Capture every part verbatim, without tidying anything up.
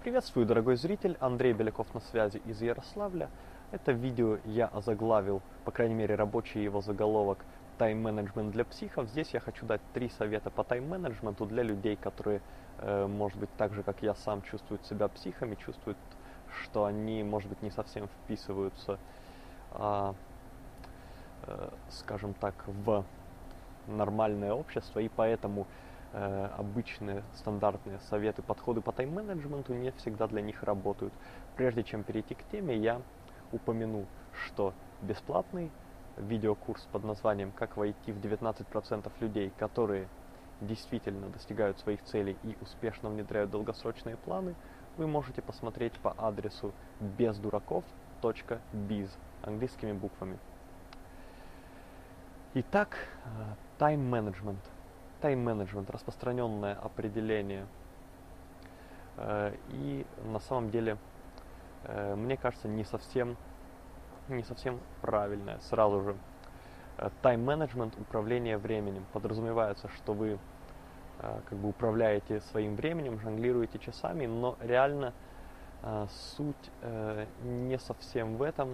Приветствую, дорогой зритель, Андрей Беляков на связи из Ярославля. Это видео я озаглавил, по крайней мере рабочий его заголовок, «Тайм-менеджмент для психов». Здесь я хочу дать три совета по тайм-менеджменту для людей, которые, э, может быть, так же, как я сам, чувствуют себя психами, чувствуют, что они, может быть, не совсем вписываются, а, э, скажем так, в нормальное общество, и поэтому э, обычные стандартные советы, подходы по тайм-менеджменту не всегда для них работают. Прежде чем перейти к теме, я упомяну, что бесплатный видеокурс под названием «Как войти в девятнадцать процентов людей, которые действительно достигают своих целей и успешно внедряют долгосрочные планы», вы можете посмотреть по адресу бездураков точка биз английскими буквами. Итак, тайм-менеджмент. Тайм-менеджмент – распространенное определение. И на самом деле, мне кажется, не совсем, не совсем правильное. Сразу же, тайм-менеджмент, управление временем. Подразумевается, что вы как бы управляете своим временем, жонглируете часами, но реально суть не совсем в этом.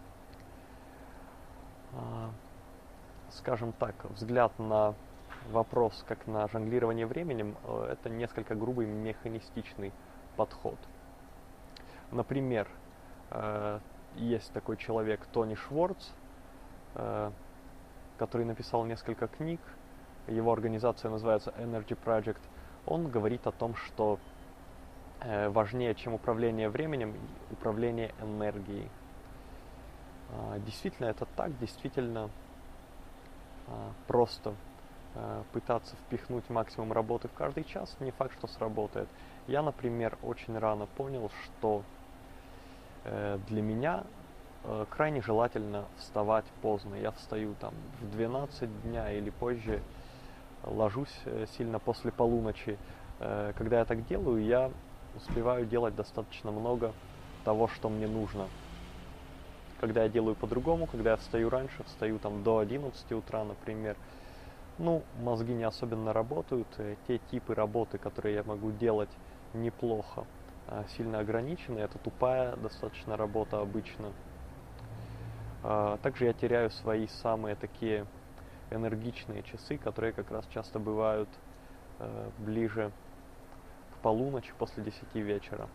Скажем так, взгляд на вопрос как на жонглирование временем – это несколько грубый механистичный подход. Например, есть такой человек Тони Шварц, который написал несколько книг, его организация называется Energy Project. Он говорит о том, что важнее, чем управление временем, управление энергией. Действительно это так, действительно просто пытаться впихнуть максимум работы в каждый час, не факт, что сработает. Я, например, очень рано понял, что для меня крайне желательно вставать поздно. Я встаю там в двенадцать дня или позже, ложусь сильно после полуночи. Когда я так делаю, я успеваю делать достаточно много того, что мне нужно. Когда я делаю по-другому, когда я встаю раньше, встаю там до одиннадцати утра, например, ну, мозги не особенно работают, те типы работы, которые я могу делать неплохо, сильно ограничены, это тупая достаточно работа обычно. Также я теряю свои самые такие энергичные часы, которые как раз часто бывают ближе к полуночи, после десяти вечера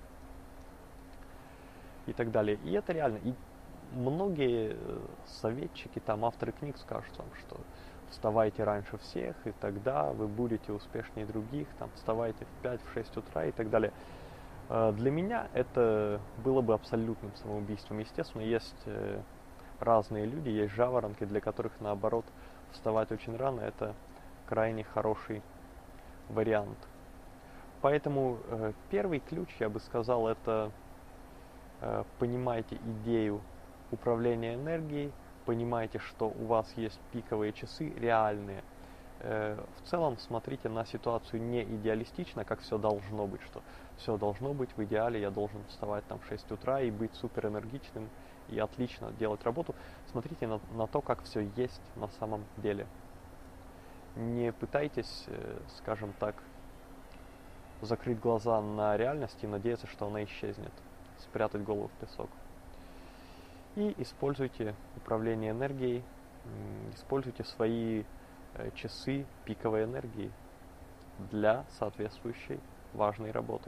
и так далее. И это реально. И многие советчики, там авторы книг скажут вам, что вставайте раньше всех, и тогда вы будете успешнее других, там, вставайте в пять-шесть утра и так далее. Для меня это было бы абсолютным самоубийством. Естественно, есть разные люди, есть жаворонки, для которых, наоборот, вставать очень рано – это крайне хороший вариант. Поэтому первый ключ, я бы сказал, это понимайте идею управления энергией, понимаете, что у вас есть пиковые часы реальные. В целом смотрите на ситуацию не идеалистично, как все должно быть, что все должно быть в идеале, я должен вставать там в шесть утра и быть супер энергичным и отлично делать работу. Смотрите на, на то, как все есть на самом деле. Не пытайтесь, скажем так, закрыть глаза на реальность и надеяться, что она исчезнет, спрятать голову в песок. И используйте управление энергией, используйте свои часы пиковой энергии для соответствующей важной работы.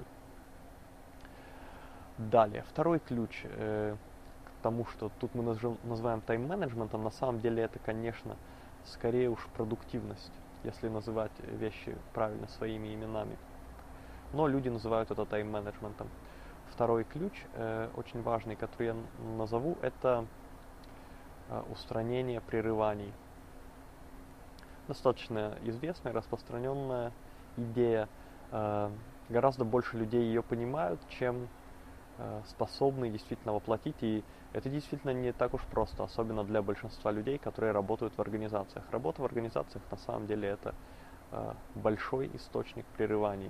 Далее, второй ключ э, к тому, что тут мы называем тайм-менеджментом, на самом деле это, конечно, скорее уж продуктивность, если называть вещи правильно своими именами. Но люди называют это тайм-менеджментом. Второй ключ, э, очень важный, который я назову, это э, устранение прерываний. Достаточно известная, распространенная идея. Э, гораздо больше людей ее понимают, чем э, способны действительно воплотить. И это действительно не так уж просто, особенно для большинства людей, которые работают в организациях. Работа в организациях на самом деле это э, большой источник прерываний.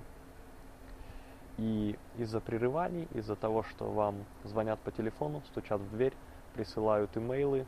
И из-за прерываний, из-за того, что вам звонят по телефону, стучат в дверь, присылают имейлы,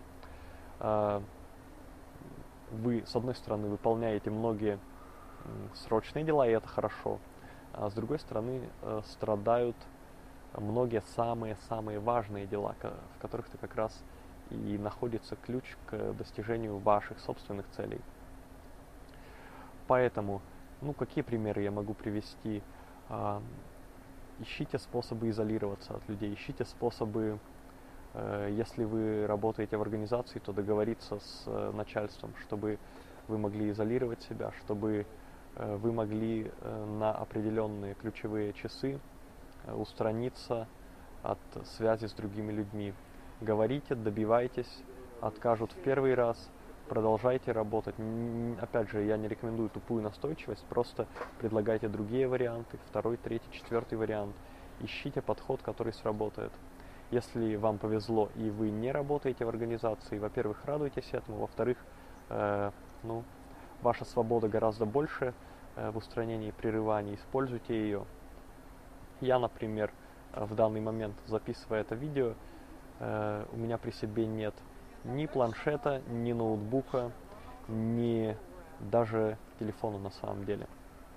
вы, с одной стороны, выполняете многие срочные дела, и это хорошо. а с другой стороны э, страдают многие самые-самые важные дела, в которых ты как раз и находится ключ к достижению ваших собственных целей. Поэтому, ну, какие примеры я могу привести? А, ищите способы изолироваться от людей, ищите способы, э, если вы работаете в организации, то договориться с э, начальством, чтобы вы могли изолировать себя, чтобы э, вы могли э, на определенные ключевые часы э, устраниться от связи с другими людьми. Говорите, добивайтесь, откажут в первый раз, продолжайте работать. Опять же, я не рекомендую тупую настойчивость, просто предлагайте другие варианты, второй, третий, четвертый вариант. Ищите подход, который сработает. Если вам повезло и вы не работаете в организации, во-первых, радуйтесь этому, во-вторых, э, ну, ваша свобода гораздо больше э, в устранении прерываний, используйте ее. Я, например, в данный момент, записывая это видео, э, у меня при себе нет ни планшета, ни ноутбука, ни даже телефона на самом деле.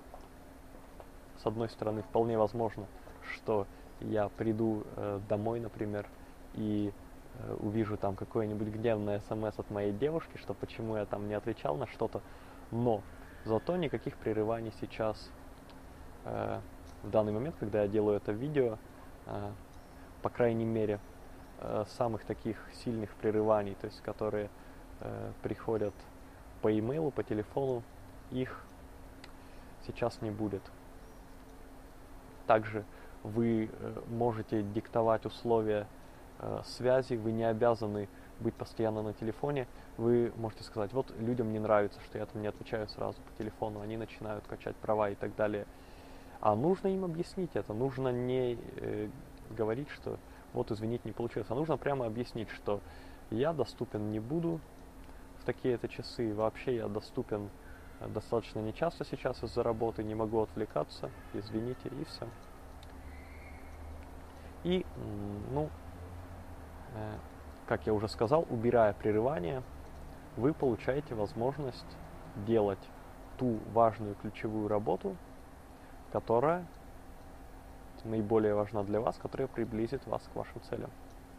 С одной стороны, вполне возможно, что я приду э, домой, например, и э, увижу там какое-нибудь гневное смс от моей девушки, что почему я там не отвечал на что-то, но зато никаких прерываний сейчас э, в данный момент, когда я делаю это видео, э, по крайней мере, э, самых таких сильных прерываний, то есть которые э, приходят по имейлу, по телефону, их сейчас не будет. Также вы э, можете диктовать условия э, связи, вы не обязаны быть постоянно на телефоне. Вы можете сказать, вот людям не нравится, что я там не отвечаю сразу по телефону, они начинают качать права и так далее. А нужно им объяснить это, нужно не э, говорить, что вот извините, не получилось, а нужно прямо объяснить, что я доступен не буду в такие-то часы, вообще я доступен достаточно нечасто сейчас из-за работы, не могу отвлекаться, извините, и все. И, ну, э, как я уже сказал, убирая прерывания, вы получаете возможность делать ту важную ключевую работу, которая наиболее важна для вас, которая приблизит вас к вашим целям.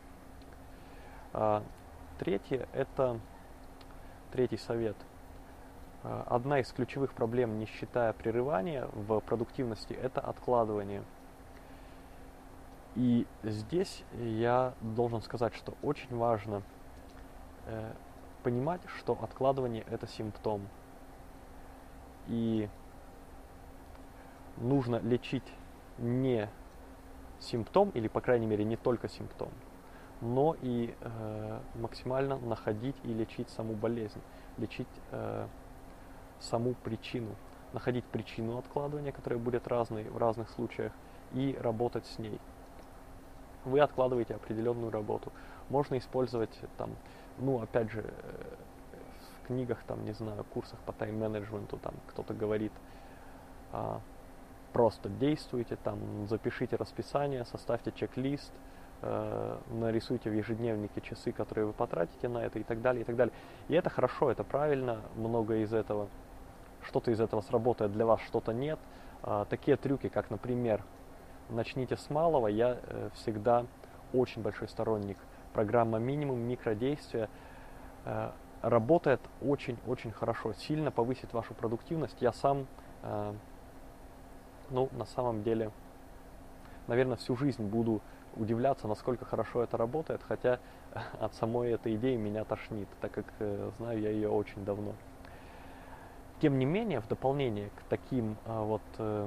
А, третье, это третий совет. А, одна из ключевых проблем, не считая прерывания в продуктивности, это откладывание. И здесь я должен сказать, что очень важно э, понимать, что откладывание это симптом. И нужно лечить не симптом, или, по крайней мере, не только симптом, но и э, максимально находить и лечить саму болезнь, лечить э, саму причину, находить причину откладывания, которая будет разной в разных случаях, и работать с ней. Вы откладываете определенную работу. Можно использовать там, ну, опять же, в книгах, там, не знаю, курсах по тайм-менеджменту, там кто-то говорит, а, просто действуйте, там, запишите расписание, составьте чек-лист, э, нарисуйте в ежедневнике часы, которые вы потратите на это, и так далее, и так далее. И это хорошо, это правильно, много из этого, что-то из этого сработает для вас, что-то нет. А, такие трюки, как, например, начните с малого, я э, всегда очень большой сторонник. Программа минимум, микродействия э, работает очень-очень хорошо, сильно повысит вашу продуктивность. Я сам, э, ну, на самом деле, наверное, всю жизнь буду удивляться, насколько хорошо это работает, хотя от самой этой идеи меня тошнит, так как э, знаю я ее очень давно. Тем не менее, в дополнение к таким э, вот э,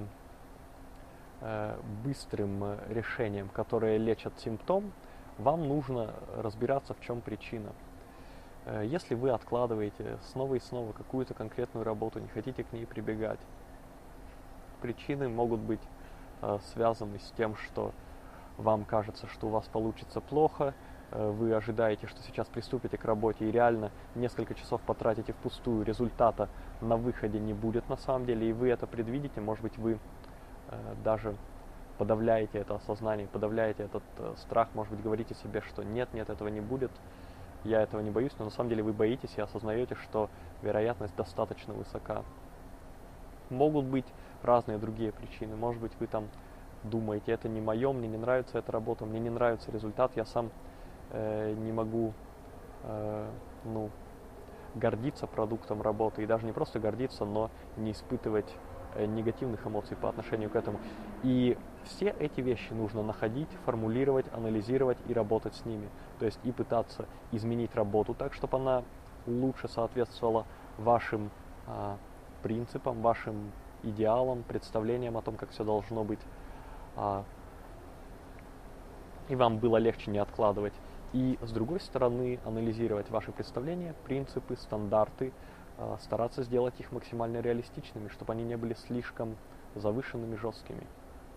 быстрым решением, которые лечат симптом, вам нужно разбираться, в чем причина. Если вы откладываете снова и снова какую-то конкретную работу, не хотите к ней прибегать, причины могут быть связаны с тем, что вам кажется, что у вас получится плохо, вы ожидаете, что сейчас приступите к работе и реально несколько часов потратите впустую, результата на выходе не будет на самом деле, и вы это предвидите, может быть, вы даже подавляете это осознание, подавляете этот э, страх, может быть, говорите себе, что нет, нет, этого не будет, я этого не боюсь, но на самом деле вы боитесь и осознаете, что вероятность достаточно высока. Могут быть разные другие причины. Может быть, вы там думаете, это не мое, мне не нравится эта работа, мне не нравится результат, я сам э, не могу э, ну, гордиться продуктом работы. И даже не просто гордиться, но не испытывать э, негативных эмоций по отношению к этому. И все эти вещи нужно находить, формулировать, анализировать и работать с ними. То есть и пытаться изменить работу так, чтобы она лучше соответствовала вашим а, принципам, вашим идеалам, представлениям о том, как все должно быть. А, и вам было легче не откладывать. И с другой стороны, анализировать ваши представления, принципы, стандарты, а, стараться сделать их максимально реалистичными, чтобы они не были слишком завышенными, жесткими.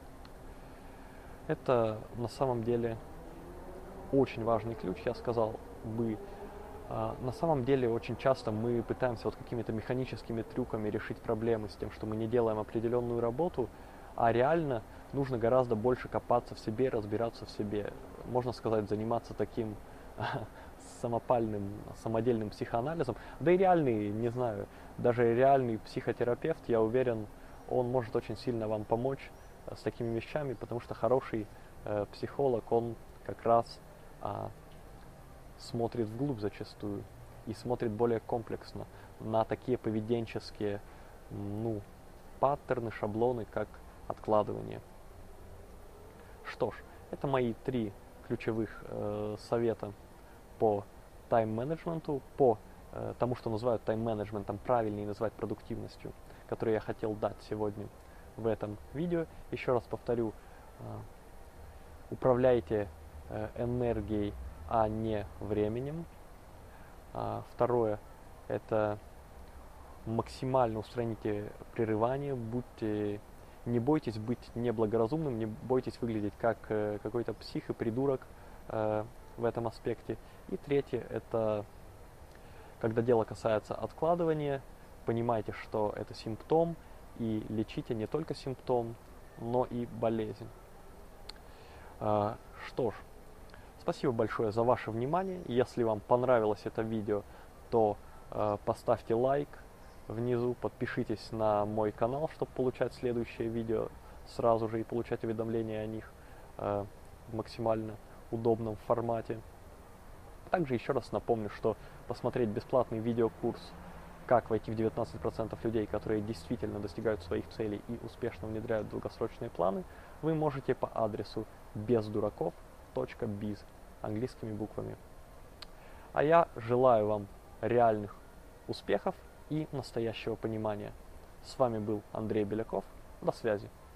Это на самом деле очень важный ключ, я сказал бы. На самом деле очень часто мы пытаемся вот какими-то механическими трюками решить проблемы с тем, что мы не делаем определенную работу, а реально нужно гораздо больше копаться в себе, разбираться в себе. Можно сказать, заниматься таким самопальным, самодельным психоанализом. Да и реальный, не знаю, даже реальный психотерапевт, я уверен, он может очень сильно вам помочь с такими вещами, потому что хороший э, психолог, он как раз а, смотрит вглубь зачастую и смотрит более комплексно на такие поведенческие ну, паттерны, шаблоны, как откладывание. Что ж, это мои три ключевых э, совета по тайм-менеджменту, по э, тому, что называют тайм-менеджментом, правильнее называть продуктивностью, которые я хотел дать сегодня в этом видео. Еще раз повторю, э, управляйте э, энергией, а не временем. А, второе, это максимально устраните прерывание, будьте, не бойтесь быть неблагоразумным, не бойтесь выглядеть как э, какой-то псих и придурок э, в этом аспекте. И третье, это когда дело касается откладывания, понимайте, что это симптом, и лечите не только симптом, но и болезнь. А, что ж, спасибо большое за ваше внимание. Если вам понравилось это видео, то э, поставьте лайк внизу, подпишитесь на мой канал, чтобы получать следующие видео сразу же и получать уведомления о них э, в максимально удобном формате. Также еще раз напомню, что посмотреть бесплатный видеокурс «Как войти в девятнадцать процентов людей, которые действительно достигают своих целей и успешно внедряют долгосрочные планы», вы можете по адресу бездураков точка биз английскими буквами. А я желаю вам реальных успехов и настоящего понимания. С вами был Андрей Беляков. До связи.